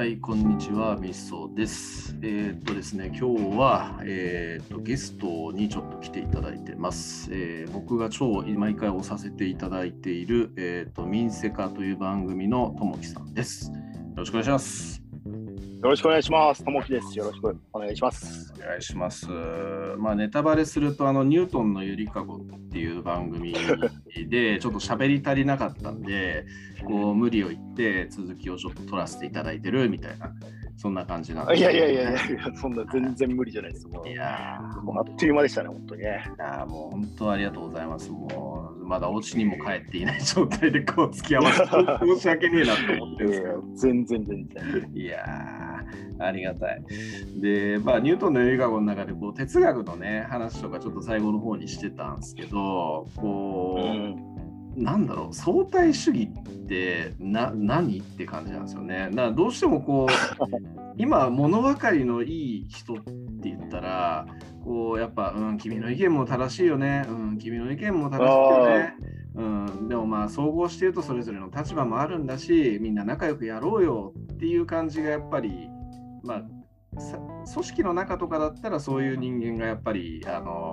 はい、こんにちは、みそです。ですね、今日は、ゲストにちょっと来ていただいてます。僕が毎回押させていただいている、民セカという番組のともきさんです。よろしくお願いします。 よろしくお願いします。ともきです。よろしくお願いします。 お願いします。ネタバレすると、ニュートンのゆりかごっていう番組で、ちょっと喋り足りなかったんで、こう無理を言って続きをちょっと取らせていただいてるみたいな、そんな感じなんで、 いや、そんな全然無理じゃないです。もうあっという間でしたね、本当にね。 もう本当ありがとうございます。もうまだお家にも帰っていない状態でこう付き合わせて申し訳ねえなと思ってるんですけど。 全然。 いやー、ありがたい。で、ニュートンのゆりかごの中でこう哲学のね、話とかちょっと最後の方にしてたんですけど、なんだろう、相対主義って何って感じなんですよね。だからどうしてもこう今物分かりのいい人って言ったらこうやっぱ、君の意見も正しいよね、君の意見も正しいよね、でも総合して言うとそれぞれの立場もあるんだし、みんな仲良くやろうよっていう感じがやっぱり組織の中とかだったらそういう人間がやっぱり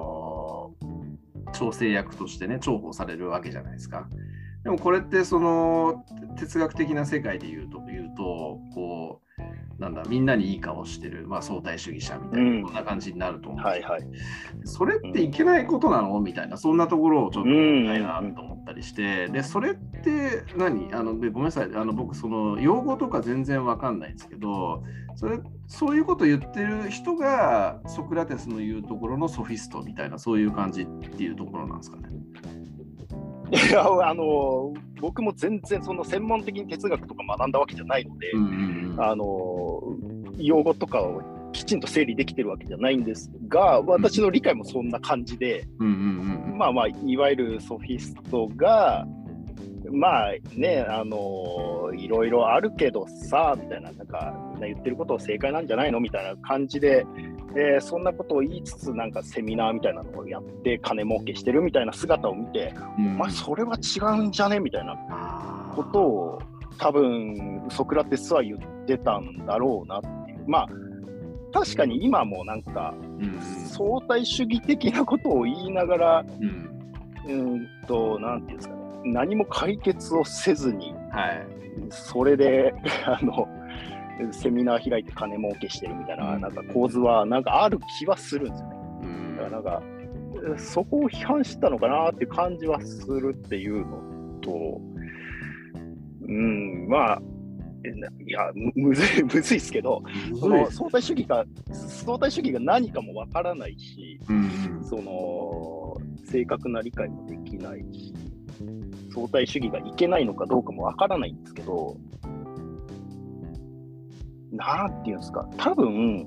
調整役としてね、重宝されるわけじゃないですか。でもこれってその哲学的な世界で言うとこうみんなにいい顔してる、相対主義者みたいな、こんな感じになると思うんですよ。それっていけないことなのみたいな、そんなところをちょっと見たいなと思ったりして、でそれって何でごめんなさい、僕その用語とか全然わかんないんですけど、そういうこと言ってる人がソクラテスの言うところのソフィストみたいな、そういう感じっていうところなんですかね。 いや、僕も全然その専門的に哲学とか学んだわけじゃないので、用語とかをきちんと整理できてるわけじゃないんですが、私の理解もそんな感じで、いわゆるソフィストがいろいろあるけどさみたいな、なんかみんな言ってることを正解なんじゃないのみたいな感じで、そんなことを言いつつなんかセミナーみたいなのをやって金儲けしてるみたいな姿を見て、それは違うんじゃねみたいなことを多分ソクラテスは言ってたんだろうなっていう。確かに今もなんか相対主義的なことを言いながら、なんていうんですかね、何も解決をせずに、それでセミナー開いて金儲けしてるみたいな、なんか構図はなんかある気はするんですよね。だからなんかそこを批判したのかなっていう感じはするっていうのと、いやむずいですけど、その相対主義が何かもわからないし、その正確な理解もできないし、相対主義がいけないのかどうかもわからないんですけど、なんていうんですか、多分、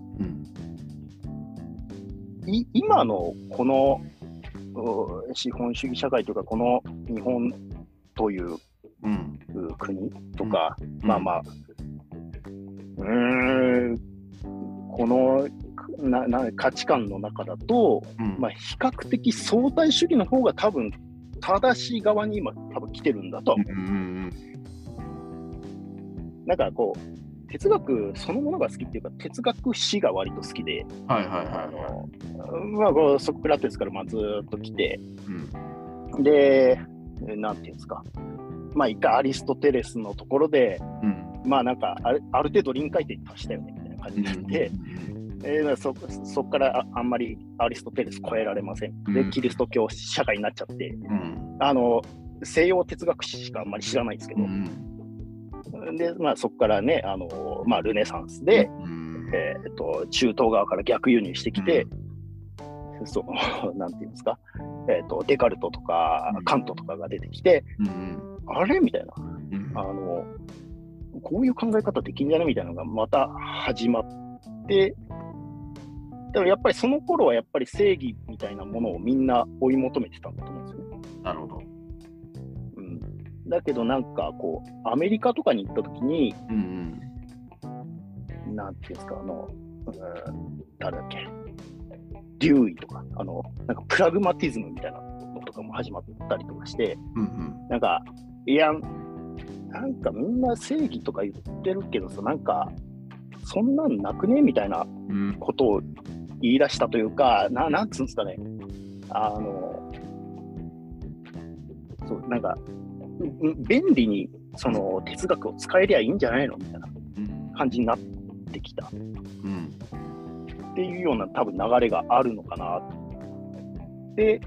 今のこの資本主義社会というか、この日本という国とか、この価値観の中だと、比較的相対主義の方が多分正しい側に今多分来てるんだと。なんかこう哲学そのものが好きっていうか、哲学史が割と好きで、ソクラテスからずっと来て、でなんていうんですか、一回アリストテレスのところで、なんかある程度臨界点に達したよねみたいな感じになって、そこからあんまりアリストテレス超えられません。で、キリスト教社会になっちゃって、西洋哲学史しかあんまり知らないんですけど、で、そこからね、ルネサンスで、中東側から逆輸入してきて、なんていうんですか、デカルトとかカントとかが出てきて、あれみたいな、こういう考え方できんじゃねみたいなのがまた始まって、でもやっぱりその頃はやっぱり正義みたいなものをみんな追い求めてたんだと思うんですよね。 なるほど。 だけどなんかこうアメリカとかに行った時に、なんていうんですか、誰だっけ、デューイとか、なんかプラグマティズムみたいなのとかも始まったりとかして、なんかいやなんかみんな正義とか言ってるけどさ、なんかそんなんなくねみたいなことを言い出したというか、なんつうんですかね、そうなんか便利にその哲学を使えりゃいいんじゃないのみたいな感じになってきた、っていうような多分流れがあるのかな。で、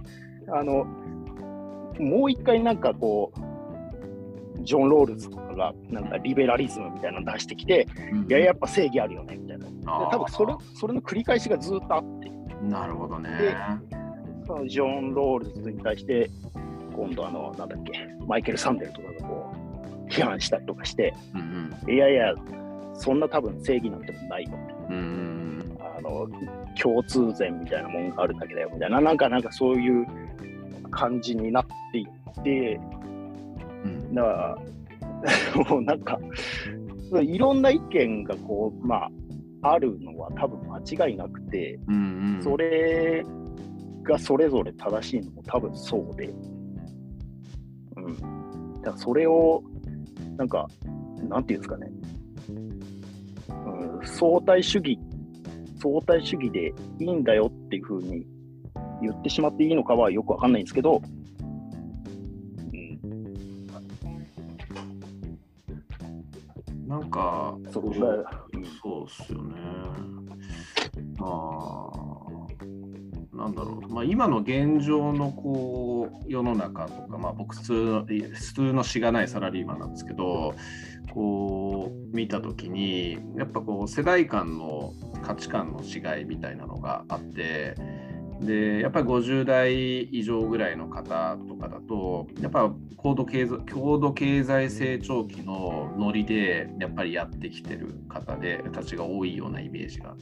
もう一回なんかこうジョン・ロールズとかがなんかリベラリズムみたいなの出してきて、いややっぱ正義あるよねみたいな。多分それの繰り返しがずっとあって。 なるほどね。 で、そのジョン・ロールズに対して今度なんだっけ、マイケル・サンデルとかがこう批判したりとかして、いやいやそんな多分正義なんてもないよみたいな、共通善みたいなもんがあるだけだよみたいな、なんかそういう感じになっていって、だからもうなんかいろんな意見がこうあるのは多分間違いなくて、それがそれぞれ正しいのも多分そうで、だからそれをなんかなんていうんですかね、相対主義でいいんだよっていう風に言ってしまっていいのかはよくわかんないんですけど、 なんかそうっすよね。なんだろう、今の現状のこう世の中とか、僕普通のしがないサラリーマンなんですけど、こう見たときにやっぱこう世代間の価値観の違いみたいなのがあって、でやっぱり50代以上ぐらいの方とかだとやっぱ高度経済成長期のノリでやっぱりやってきてる方たちが多いようなイメージがあって、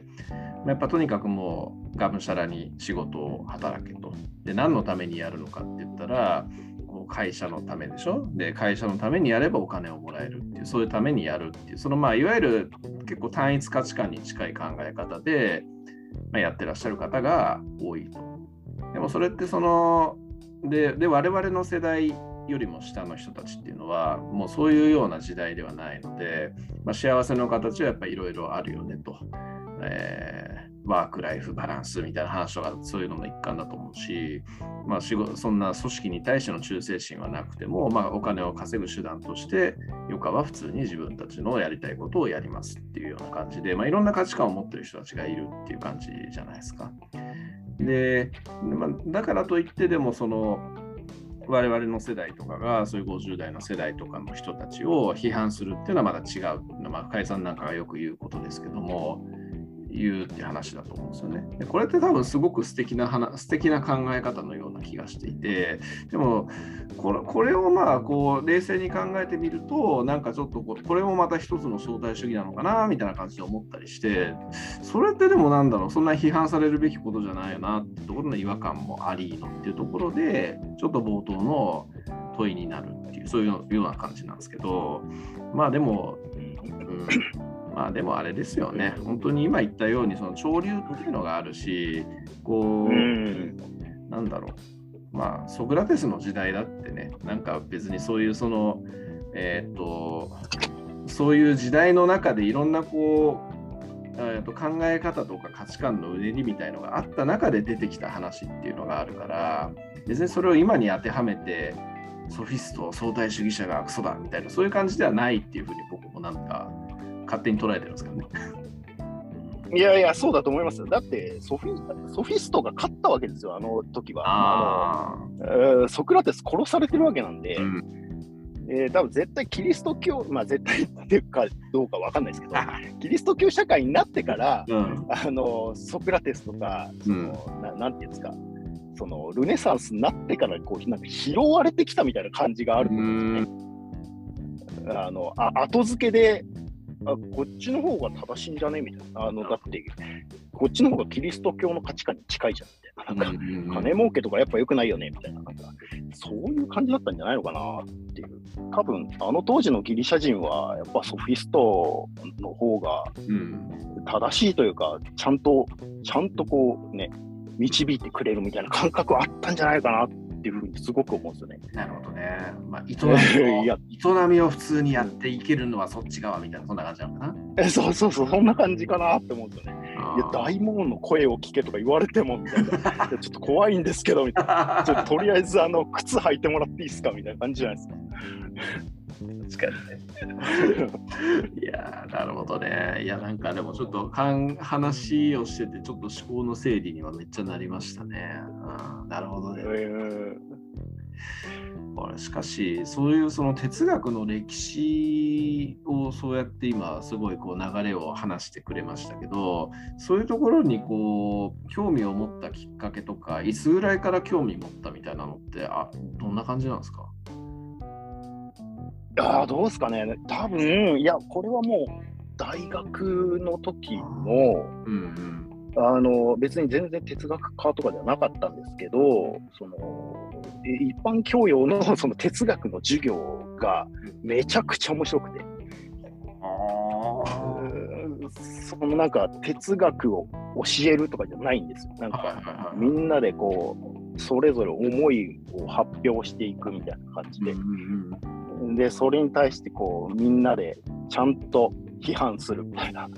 やっぱとにかくもうがむしゃらに仕事を働けと。で何のためにやるのかって言ったら会社のためでしょ。で会社のためにやればお金をもらえるっていう、そういうためにやるっていう、そのいわゆる結構単一価値観に近い考え方でやってらっしゃる方が多いと。でもそれってで我々の世代よりも下の人たちっていうのはもうそういうような時代ではないので、幸せの形はやっぱりいろいろあるよねと、ワークライフバランスみたいな話とかそういうのの一環だと思うし、そんな組織に対しての忠誠心はなくても、お金を稼ぐ手段として余暇は普通に自分たちのやりたいことをやりますっていうような感じで、いろんな価値観を持っている人たちがいるっていう感じじゃないですか。で、だからといってでも我々の世代とかがそういう50代の世代とかの人たちを批判するっていうのはまだ違う、解散なんかがよく言うことですけども、言うって話だと思うんですよね。でこれって多分すごく素敵な考え方のような気がしていて、でもこれをこう冷静に考えてみると、なんかちょっとこれもまた一つの相対主義なのかなみたいな感じで思ったりして、それってでもなんだろう、そんな批判されるべきことじゃないよなってところの違和感もありのっていうところで、ちょっと冒頭の問いになるっていう、そういうような感じなんですけど、でもでもあれですよね、本当に今言ったように潮流っていうのがあるし、なんだろう、ソクラテスの時代だってね、なんか別にそういうそういう時代の中でいろんな考え方とか価値観のうねりみたいのがあった中で出てきた話っていうのがあるから、別にそれを今に当てはめてソフィスト相対主義者がクソだみたいな、そういう感じではないっていうふうに僕もなんか勝手に捉えてるんですけどね。 いやいや、そうだと思いますよ。だってソフィストが勝ったわけですよ、あの時は。ソクラテス殺されてるわけなんで、多分絶対キリスト教、絶対っていうかどうかわかんないですけど、キリスト教社会になってから、ソクラテスとか、なんていうんですか、ルネサンスになってからなんか拾われてきたみたいな感じがあると思うんですよね。後付けでこっちの方が正しいんじゃねみたいな。だってこっちの方がキリスト教の価値観に近いじゃんみたいな。なんか金儲けとかやっぱ良くないよねみたいな。なんかそういう感じだったんじゃないのかなっていう。多分当時のギリシャ人はやっぱソフィストの方が正しいというか、ちゃんとこうね、導いてくれるみたいな感覚はあったんじゃないかなっっていうふうにすごく思うんですよね。 なるほどね。まあ、営みを普通にやっていけるのはそっち側みたいな、そんな感じなのかな。 そうそうそう、そんな感じかなって思うんですよね。いや、大門の声を聞けとか言われてもみたいな、ちょっと怖いんですけどみたいな、とりあえず靴履いてもらっていいですかみたいな感じじゃないですか。 確かにね。いやなるほどね。いや、なんかでもちょっと話をしてて、ちょっと思考の整理にはめっちゃなりましたね。なるほどね。これしかし、そういうその哲学の歴史をそうやって今すごいこう流れを話してくれましたけど、そういうところにこう興味を持ったきっかけとか、いつぐらいから興味持ったみたいなのってどんな感じなんですか？ どうですかね。多分、いや、これはもう大学の時の、別に全然哲学科とかではなかったんですけど、一般教養のその哲学の授業がめちゃくちゃ面白くて、なんか哲学を教えるとかじゃないんですよ。なんかみんなでこうそれぞれ思いを発表していくみたいな感じで、でそれに対してこうみんなでちゃんと批判するみたいな。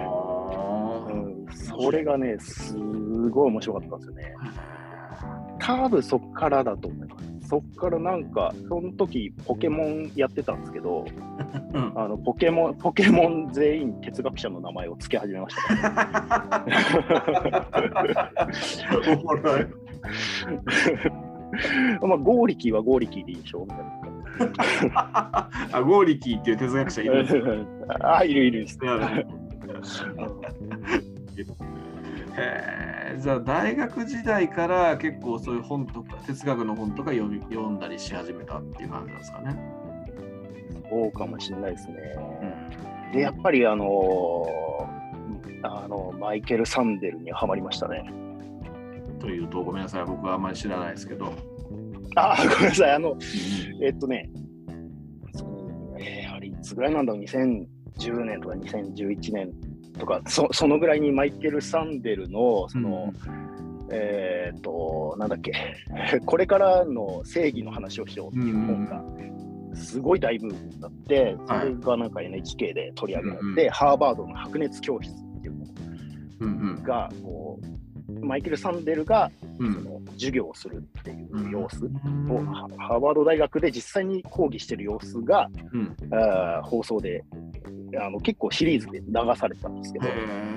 それがね、すごい面白かったんですよね。多分そっからだと思います。そっからなんか、その時ポケモンやってたんですけど、ポケモン全員哲学者の名前を付け始めました、ね。まあ、ゴーリキーはゴーリキーでいいでしょみたいな。ゴーリキーっていう哲学者いるんですか？ いるです。 じゃあ大学時代から結構そういう本とか哲学の本とか読んだりし始めたっていう感じなんですかね。 そうかもしれないですね。でやっぱりマイケル・サンデルにはまりましたね。 というとごめんなさい、僕はあんまり知らないですけど。 ごめんなさい、あれいつぐらいなんだろう、2010年とか2011年とか、そのぐらいにマイケル・サンデルのなんだっけこれからの正義の話をしようっていう本がすごい大ブームになって、それがなんか NHK で取り上げられて、ハーバードの白熱教室っていうのがこうマイケル・サンデルがその授業をするっていう様子をハーバード大学で実際に講義してる様子が放送で結構シリーズで流されたんですけど、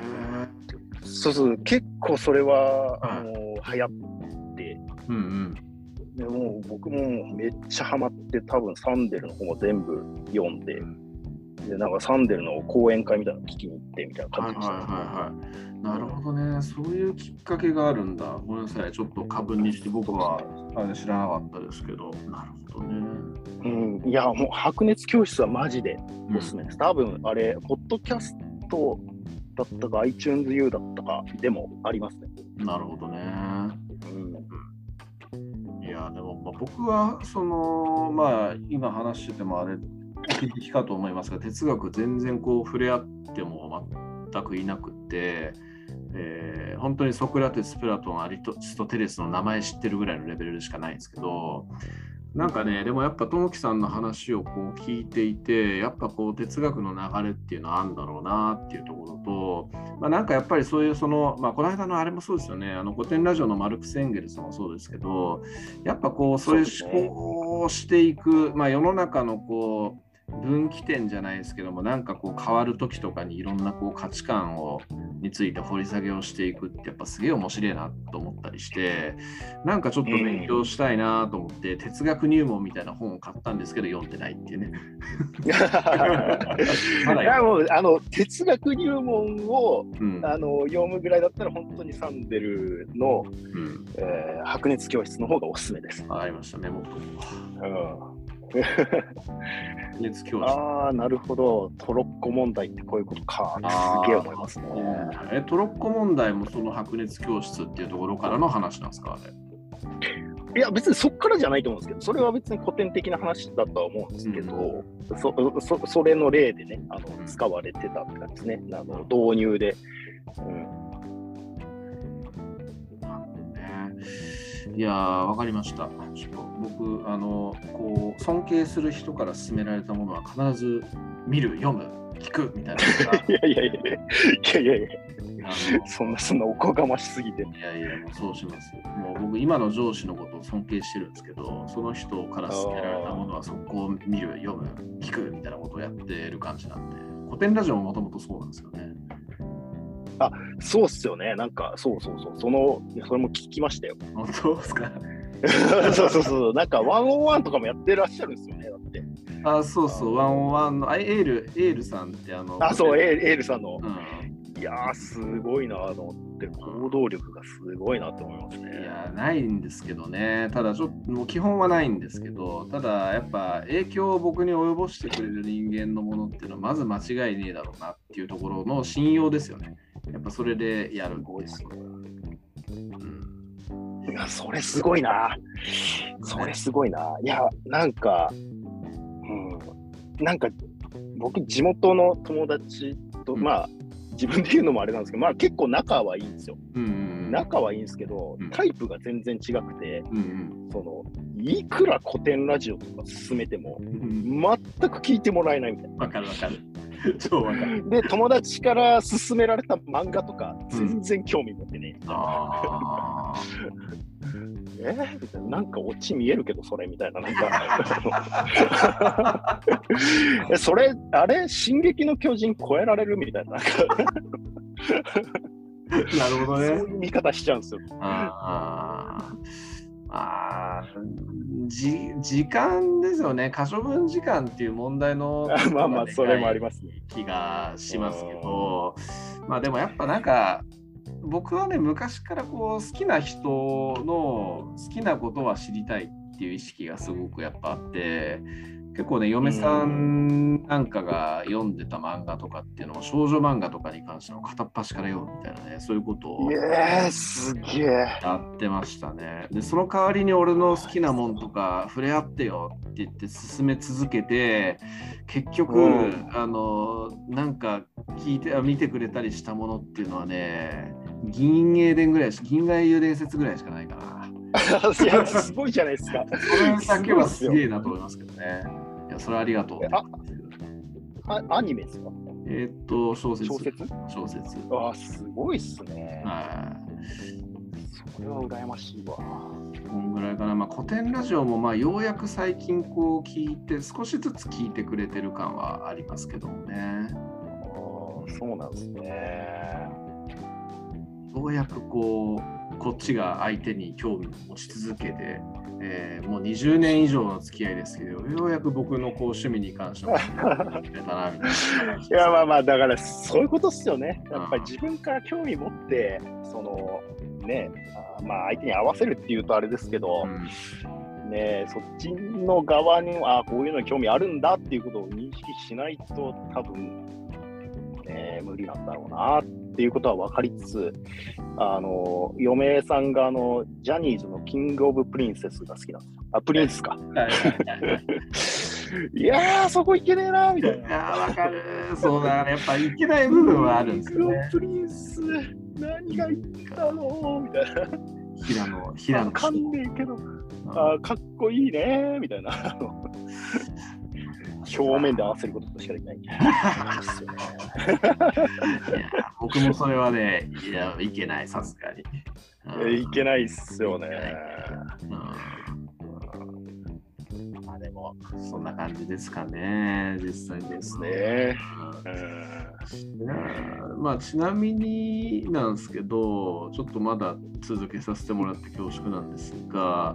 そう結構それは流行って、でも僕もめっちゃハマって、多分サンデルの本を全部読んで、でなんかサンデルの講演会みたいなの聞きに行ってみたいな感じでした。 なるほどね、そういうきっかけがあるんだ。ごめんなさい、ちょっと過分にして僕は知らなかったですけど。なるほどね。 いや、もう白熱教室はマジでおすすめです。多分あれ、ポッドキャストだったか iTunes U だったかでもありますね。 なるほどね。いや、でも僕は今話しててもあれ気づきかと思いますが、哲学全然こう触れ合っても全くいなくて、本当にソクラテス、プラトン、アリストテレスの名前知ってるぐらいのレベルでしかないんですけど、なんかね、でもやっぱ友樹さんの話をこう聞いていて、やっぱこう哲学の流れっていうのはあるんだろうなっていうところと、なんかやっぱりそういうこの間のあれもそうですよね、古典ラジオのマルクス・エンゲルスもそうですけど、やっぱこうそういう思考をしていく、世の中のこう分岐点じゃないですけども、なんかこう変わる時とかにいろんなこう価値観について掘り下げをしていくってやっぱすげえ面白いなと思ったりして、なんかちょっと勉強したいなと思って、哲学入門みたいな本を買ったんですけど読んでないっていうね。いやもう哲学入門を、読むぐらいだったら本当にサンデルの、白熱教室の方がおすすめです。 ありました、メモと。 なるほど。トロッコ問題ってこういうことか。すげえ思いますね。 トロッコ問題もその白熱教室っていうところからの話なんですかね。 いや別にそっからじゃないと思うんですけど、それは別に古典的な話だとは思うんですけど、それの例でね使われてたって感じですね。導入で。 いやー、わかりました。ちょっと僕、こう、尊敬する人から勧められたものは必ず見る、読む、聞くみたいなのが。 いやいやいやいやいやいやそんなおこがましすぎて。 いやいや、もうそうします。もう僕、今の上司のことを尊敬してるんですけど、その人から勧められたものは速攻見る、読む、聞くみたいなことをやってる感じなんで、古典ラジオももともとそうなんですよね。 あ、そうっすよね。なんか、そう、それも聞きましたよ。 本当ですか？ そう、なんか、101とかもやってらっしゃるんですよね、だって。 あ、そうそう、101の、エールさんってそう、エールさんの。 うんいやー、すごいなと思って、行動力がすごいなと思いますね。 いや、ないんですけどね。ただ、もう基本はないんですけど、ただ、やっぱ影響を僕に及ぼしてくれる人間のものっていうのは、まず間違いねえだろうなっていうところの信用ですよね。やっぱそれでやる。 すごいですね。いや、それすごいな。それすごいな。いや、なんか、なんか、僕、地元の友達と、まあ、自分で言うのもあれなんですけど、まあ結構仲はいいんですよ。仲はいいんですけど、タイプが全然違くて、いくら古典ラジオとか進めても、全く聞いてもらえないみたいな。 わかる。超わかる。 で、友達から勧められた漫画とか、全然興味持ってね。みたいな、なんかオチ見えるけど、それみたいな、なんかそれ、あれ、進撃の巨人超えられるみたいな、なんかなるほどね。 そういう見方しちゃうんですよ。 時間ですよね。可処分時間っていう問題のまあそれもありますね。 気がしますけど、まあでもやっぱなんか僕はね、昔からこう好きな人の好きなことは知りたいっていう意識がすごくやっぱあって、結構ね、嫁さんなんかが読んでた漫画とかっていうのを少女漫画とかに関しての片っ端から読むみたいなね、そういうことをすげえやってましたね。で、その代わりに俺の好きなもんとか触れ合ってよって言って進め続けて、結局、なんか見てくれたりしたものっていうのはね、銀英伝ぐらい銀河英雄伝説ぐらいしかないかな。 いや、すごいじゃないですか。 それだけはすげえなと思いますけどね。いや、それありがとう。 アニメですか？ 小説。 あ、すごいっすね。 はい。 それは羨ましいわ。 こんぐらいかな。まあ、古典ラジオもようやく最近こう聞いて、少しずつ聞いてくれてる感はありますけどもね。 そうなんですね。 ようやくこっちが相手に興味を持ち続けて、もう20年以上の付き合いですけど、ようやく僕の趣味に関してもくれたなみたいな。 いや、まあだからそういうことっすよね。やっぱり自分から興味持ってそ相手に合わせるっていうとあれですけど、そっちの側にこういうのに興味あるんだっていうことを認識しないと多分無理なんだろうなっていうことは分かりつつ、嫁さんがジャニーズのキングオブプリンセスが好きなんですよ。プリンスか。いやー、そこいけねえなみたいな。 わかる。そうだね。やっぱいけない部分はあるんですよね。 キングオブプリンス、何がいいんだろうみたいな。 平野。 かんねえけど、かっこいいねみたいな。表面で合わせることしかできないんですよね。 僕もそれはね、いけない、さすがに。 いけないっすよね。 でも、そんな感じですかね、実際ですね。 ちなみになんですけど、ちょっとまだ続けさせてもらって恐縮なんですが、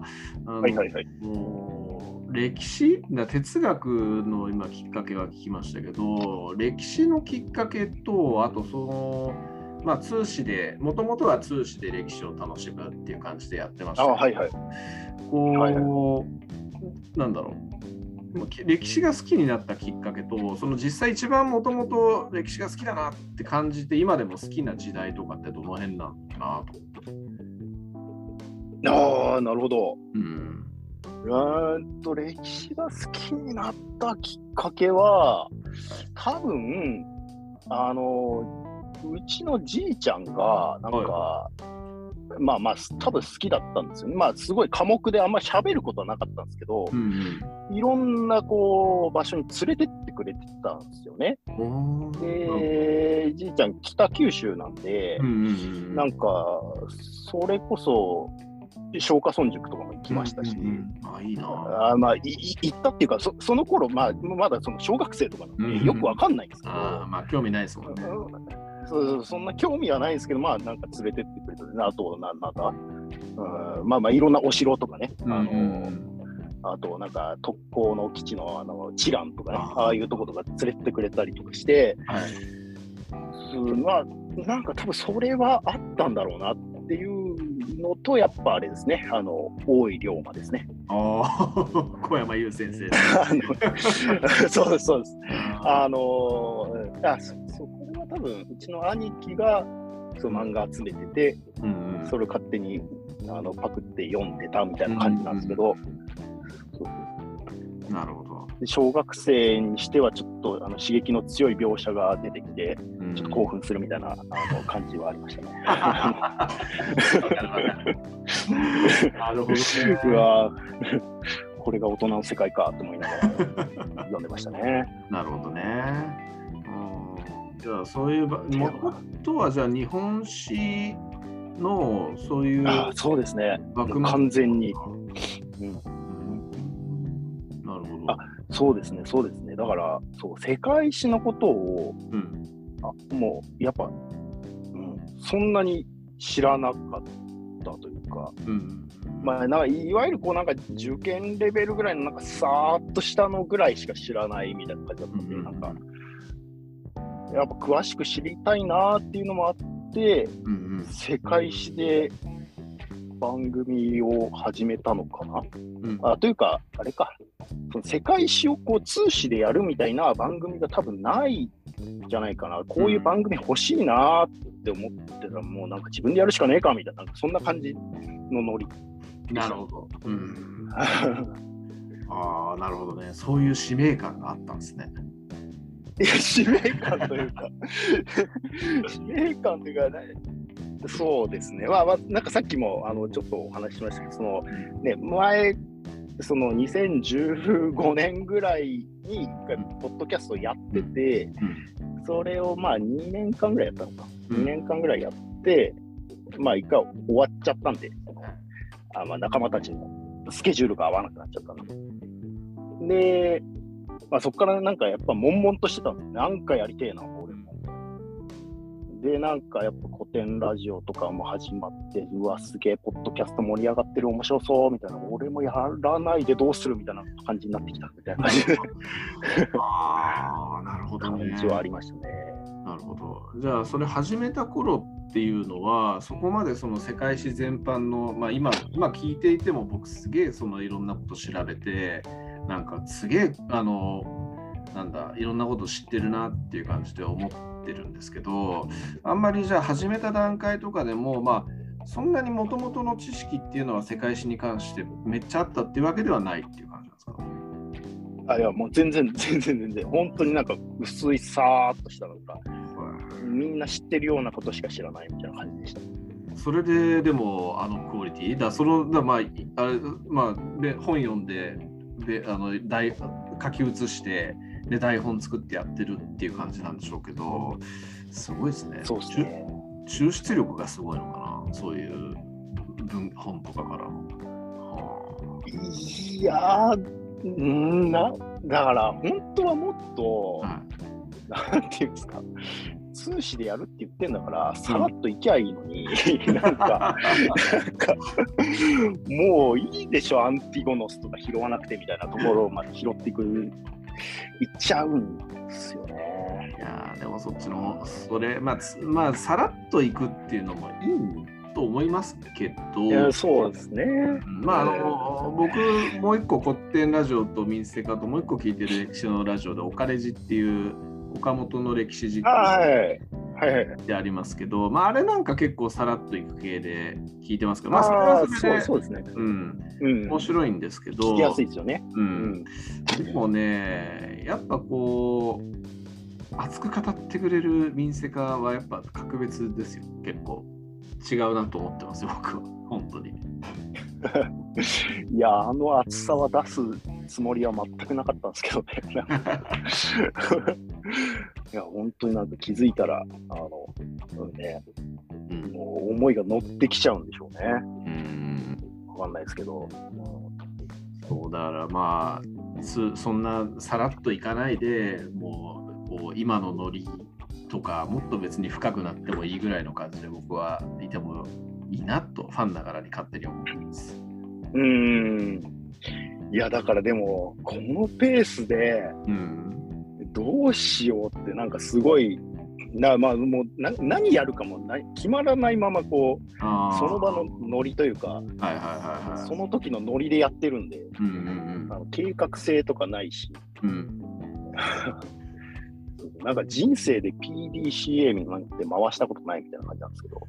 歴史哲学の今きっかけは聞きましたけど、歴史のきっかけと、あと通史で、もともとは通史で歴史を楽しむっていう感じでやってましたけど、なんだろう、歴史が好きになったきっかけと、その実際一番もともと歴史が好きだなって感じて、今でも好きな時代とかってどの辺なのかなと。なるほど。歴史が好きになったきっかけは、多分うちのじいちゃんがなんか、 まあまあ多分好きだったんですよね。まあすごい寡黙であんまり喋ることはなかったんですけど、いろんなこう場所に連れてってくれてたんですよね。で、じいちゃん北九州なんで、なんかそれこそ松下村塾とかも行きましたし、 いいなまあ行ったっていうか、その頃、まだその小学生とかなんでよくわかんないんですけど、 まあ興味ないですもんね。 そんな興味はないんですけど、まあなんか連れてってくれたね。あとなんだ、まあいろんなお城とかね、あとなんか特攻の基地のチランとかね、ああいうとことか連れてってくれたりとかして、まあなんか多分それはあったんだろうなっていうのと、やっぱあれですね、大井龍馬ですね。 小山優先生。 そうです、そうです。これは多分うちの兄貴がその漫画集めてて、それを勝手にパクって読んでたみたいな感じなんですけど、 なるほど。 小学生にしてはちょっと刺激の強い描写が出てきて、ちょっと興奮するみたいな感じはありましたね。 なるほどね。 うわこれが大人の世界かと思いながら読んでましたね。 なるほどね。じゃあそういうもとはじゃあ日本史のそういうそうですね。完全に。 なるほど。 そうですね、そうですね。だから世界史のことを、もうやっぱ、そんなに知らなかったというか、まあなんかいわゆるこうなんか受験レベルぐらいのなんかさーっとしたのぐらいしか知らないみたいな感じだったんで、なんかやっぱ詳しく知りたいなっていうのもあって、世界史で番組を始めたのかな、というかあれか、その世界史をこう通史でやるみたいな番組が多分ないんじゃないかな。こういう番組欲しいなって思ってたら、もうなんか自分でやるしかねえかみたいな、そんな感じのノリ。 なるほど。なるほどね。そういう使命感があったんですね。 いや、使命感というか使命感というか、そうですね。なんかさっきもちょっとお話ししましたけど、前その2015年ぐらいに1回ポッドキャストをやってて、それをまあ2年間ぐらいやったのか、2年間ぐらいやって、まあ1回終わっちゃったんで、まあ仲間たちのスケジュールが合わなくなっちゃったんで。で、まあ、そこからなんかやっぱ悶々としてたんですね。なんかやりてえな、俺も。で、なんかやっぱ古典ラジオとかも始まって、うわ、すげえ、ポッドキャスト盛り上がってる、面白そうみたいな、俺もやらないでどうするみたいな感じになってきたみたいな感じで。 なるほどね。 感じはありましたね。 なるほど。じゃあ、それ始めた頃っていうのは、そこまでその世界史全般の、まあ今聞いていても、僕すげえそのいろんなこと調べて、なんかすげえいろんなこと知ってるなっていう感じで思ってるんですけど、あんまりじゃあ始めた段階とかでも、まあそんなに元々の知識っていうのは世界史に関してめっちゃあったっていうわけではないっていう感じなんですか？ いや、もう全然本当になんか薄いさーっとしたのか、みんな知ってるようなことしか知らないみたいな感じでした。 それでもクオリティだ、本読んで書き写してで台本作ってやってるっていう感じなんでしょうけど、すごいですね。 そうですね。 抽出力がすごいのかな、そういう本とかからも。 いやだから本当はもっと、なんていうんですか、通詞でやるって言ってんだからさらっといきゃいいのに、なんかもういいでしょ、アンティゴノスとか拾わなくてみたいなところまで拾っていっちゃうんですよね。 いやでもそっちのそれまあさらっといくっていうのもいいと思いますけど、 そうですね。 僕もう一個古典ラジオと民生化ともう一個聞いてる歴史のラジオでオカレジっていう岡本の歴史実況でありますけど、あれなんか結構さらっといく系で聞いてますけど、それはそれでそうですね。 面白いんですけど、 聞きやすいですよね。 でもね、やっぱこう熱く語ってくれる民生化はやっぱ格別ですよ、結構。 違うなと思ってますよ、僕は。本当に。 いや、あの厚さは出すつもりは全くなかったんですけどね。いや、本当になんか気づいたら、もう思いが乗ってきちゃうんでしょうね。わかんないですけど。 そうだからまあそんなさらっといかないでもうこう今のノリとかもっと別に深くなってもいいぐらいの感じで僕はいてもいいなとファンながらに勝手に思ってます。 いやだからでもこのペースでどうしようってなんかすごいまあもう何やるかも決まらないままこうその場のノリというか、その時のノリでやってるんで、計画性とかないし、なんか人生で PDCA なんて回したことないみたいな感じなんですけど、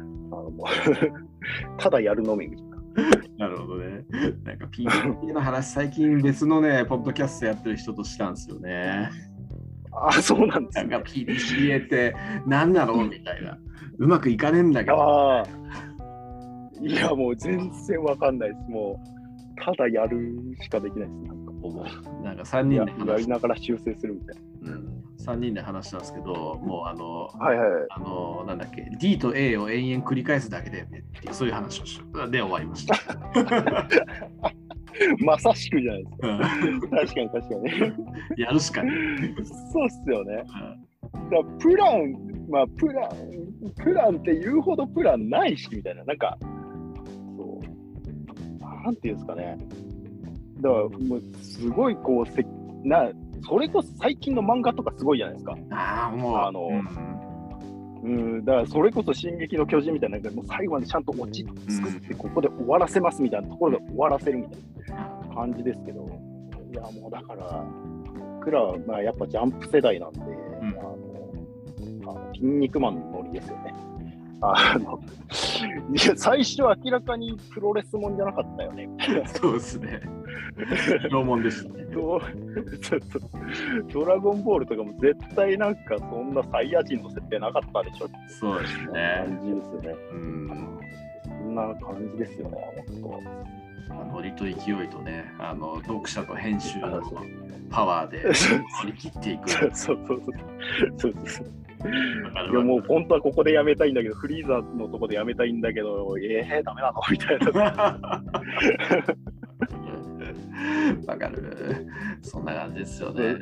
ただやるのみみたいな。 なるほどね。なんか PDCA の話最近別のねポッドキャストやってる人としたんですよね。 そうなんですね。 なんか PDCA って何なのみたいな。うまくいかねえんだけど。 いや、もう全然わかんないです。もう、ただやるしかできないです。 なんか3人でやりながら修正するみたいな。 3人で話したんですけど、もうなんだっけ、D と A を延々繰り返すだけだよねっていう、そういう話をで終わりました。 まさしくじゃないですか。確かに。 やるしかない。 そうっすよね。だプランって言うほどプランないしみたいな、なんか、なんていうんですかね。だからもうすごいこうそれこそ最近の漫画とかすごいじゃないですか。だからそれこそ進撃の巨人みたいな、もう最後までちゃんと落ち作ってここで終わらせますみたいなところで終わらせるみたいな感じですけど、いやもうだから僕らはまあやっぱジャンプ世代なんで、筋肉マンのノリですよね。いや最初明らかにプロレスもんじゃなかったよねみたいな。 そうですね。ロモンでしたね。 ドラゴンボールとかも絶対なんかそんなサイヤ人の設定なかったでしょ。 そうですね。 感じですよね。そんな感じですよね。 ノリと勢いとね、読者と編集のパワーで乗り切っていく。 そういやもう本当はここでやめたいんだけど、フリーザのとこでやめたいんだけど、ダメなのみたいな。 わかる。そんな感じですよね。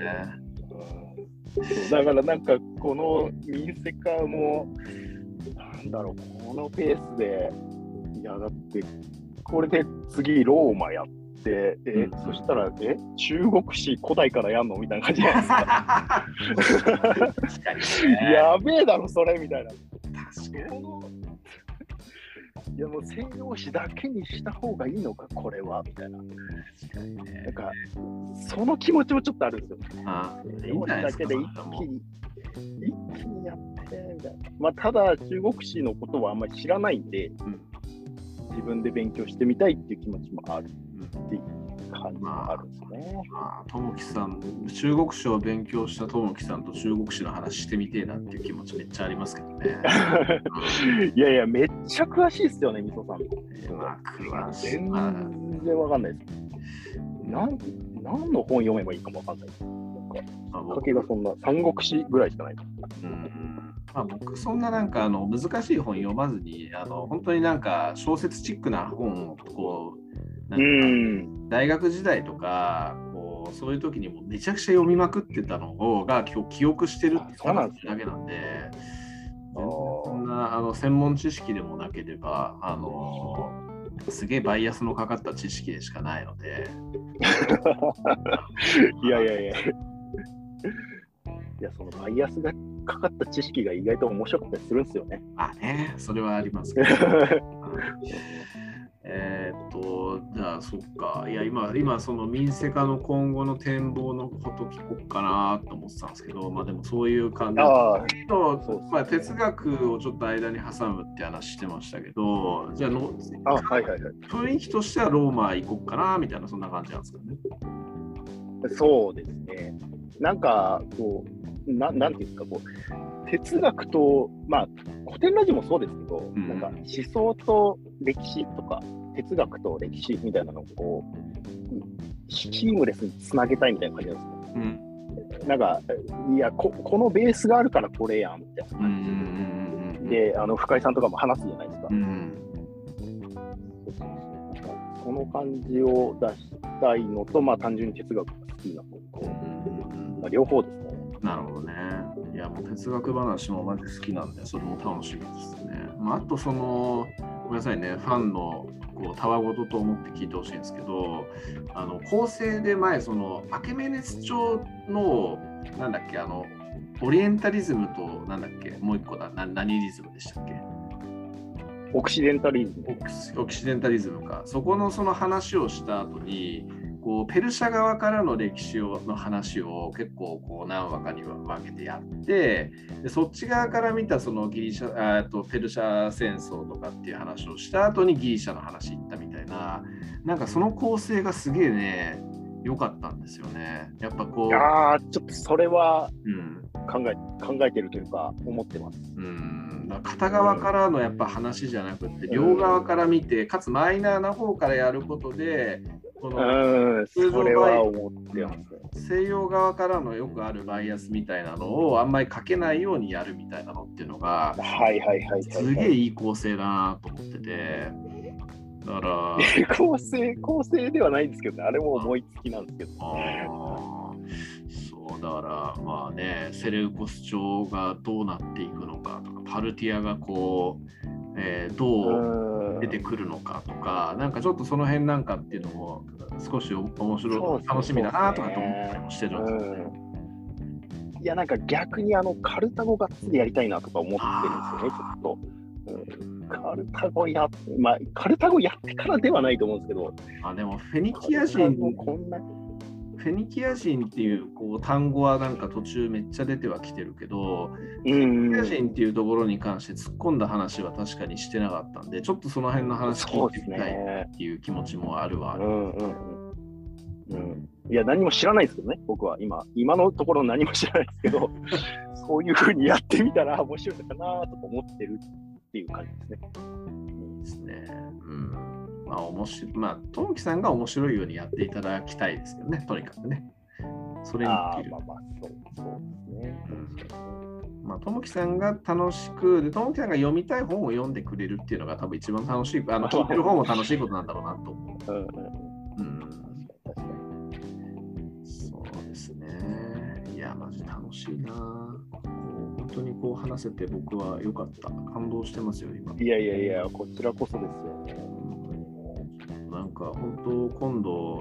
だからなんかこの民生化もなんだろう、このペースでだってこれで次ローマやってそしたら中国史古代からやんのみたいな感じじゃないですか。確かに、ね、やべえだろそれみたいな。 確かに。 いやもう西洋史だけにした方がいいのかこれはみたいな。なんかその気持ちもちょっとあるんですよ。西洋史だけで一気にやってみたいな。まあただ中国史のことはあんまり知らないんで、自分で勉強してみたいっていう気持ちもあるっていう感じもあるんですね。 友樹さん、中国史を勉強した友樹さんと中国史の話してみてえなっていう気持ちめっちゃありますけどね。 いやめっちゃ詳しいですよね、みそさん。 詳しい。 全然わかんないです。何の本読めばいいかもわかんないです。なんかきっかけがそんな三国志ぐらいしかない。 僕そんななんか難しい本読まずに本当になんか小説チックな本をこうなんか大学時代とかこうそういう時にもめちゃくちゃ読みまくってたのが今日記憶してるってだけなんで、そんな専門知識でもなければすげえバイアスのかかった知識でしかないので。 いやそのバイアスがかかった知識が意外と面白かったりするんですよね。 それはありますけど。じゃあそっか。いや今その民生化の今後の展望のこと聞こうかなと思ってたんですけど、でもそういう感じで哲学をちょっと間に挟むって話してましたけど、じゃあ雰囲気としてはローマ行こうかなみたいなそんな感じなんですかね。 そうですね。なんかこうなんていうんですか、こう哲学と、まあ、古典ラジオもそうですけど、 うん、 なんか思想と歴史とか、哲学と歴史みたいなのをこう、シームレスにつなげたいみたいな感じなんですよ。なんか、いやこのベースがあるからこれやんみたいな感じで、深井さんとかも話すじゃないですか。その感じを出したいのと、まあ、単純に哲学が好きなのと、まあ、両方ですね。 なるほどね。いや、もう哲学話もマジ好きなんで、それも楽しみですね。まあ、あとごめんなさいね、ファンのたわごとと思って聞いてほしいんですけど、構成で前、アケメネス朝の、なんだっけ、オリエンタリズムと、なんだっけ、もう一個だ、何リズムでしたっけ？ オキシデンタリズム。 オキシデンタリズムか。そこの話をした後に、ペルシャ側からの歴史の話を結構何話かに分けてやって、でそっち側から見たギリシャペルシャ戦争とかっていう話をした後にギリシャの話行ったみたいな、なんかその構成がすげえね良かったんですよね。やっぱちょっとそれは考えてるというか思ってます。 片側からのやっぱ話じゃなくて、両側から見て、かつマイナーな方からやることで、 それは思ってます。 西洋側からのよくあるバイアスみたいなのをあんまりかけないようにやるみたいなのっていうのが、すげえいい構成だなと思ってて、だから構成ではないんですけどね、あれも思いつきなんですけど。 そうだからまあね、セレウコス朝がどうなっていくのかとか、パルティアがどう出てくるのかとか、なんかちょっとその辺なんかっていうのも少し面白い、楽しみだなとかと思ったりもしてるんですよね。 いや、なんか逆にカルタゴがっつりやりたいなとか思ってるんですよね、ちょっと。カルタゴやってからではないと思うんですけど。 でもフェニキア人っていう単語はなんか途中めっちゃ出てはきてるけど、フェニキア人っていうところに関して突っ込んだ話は確かにしてなかったんで、ちょっとその辺の話聞いてみたいっていう気持ちもあるわ。 いや、何も知らないですけどね、僕は今のところ何も知らないですけど、そういうふうにやってみたら面白いかなとか思ってるっていう感じですね。 いいですね。トモキさんが面白いようにやっていただきたいですけどね、とにかくね。それにそうですね。 トモキさんが楽しく、で、トモキさんが読みたい本を読んでくれるっていうのが多分一番楽しい、聞いてる方も楽しいことなんだろうなと思う。そうですね。いや、マジ楽しいな。本当に話せて僕は良かった。感動してますよ、今。 いや、こちらこそですよね。 なんか本当今度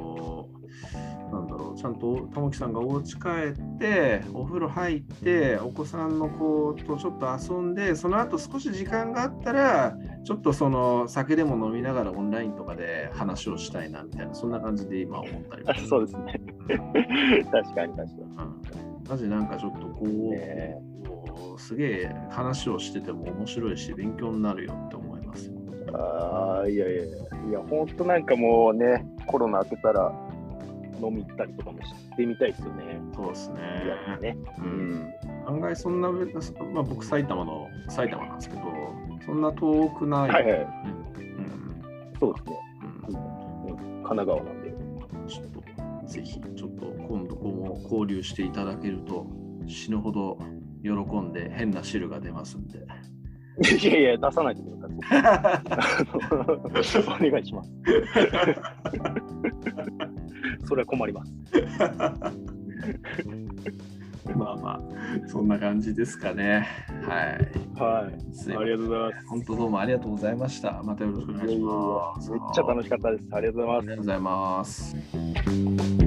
ちゃんとともきさんがお家帰ってお風呂入ってお子さんの子とちょっと遊んで、その後少し時間があったらちょっと酒でも飲みながらオンラインとかで話をしたいなみたいな、そんな感じで今思ったりもそうですね。確かに。 マジなんかちょっとすげえ話をしてても面白いし勉強になるよって思いますよ。 いや、本当なんかもうね、コロナ明けたら飲み行ったりとかもしてみたいですよね。 そうですね。案外そんな、僕埼玉なんですけど、そんな遠くない。 そうですね。神奈川なんで。 ちょっとぜひちょっと今度も交流していただけると死ぬほど喜んで変な汁が出ますんで。 いや、出さないでください。お願いします。それは困ります。 そんな感じですかね。 はい。ありがとうございます。 本当どうもありがとうございました。またよろしくお願いします。 めっちゃ楽しかったです。ありがとうございます。 ありがとうございます。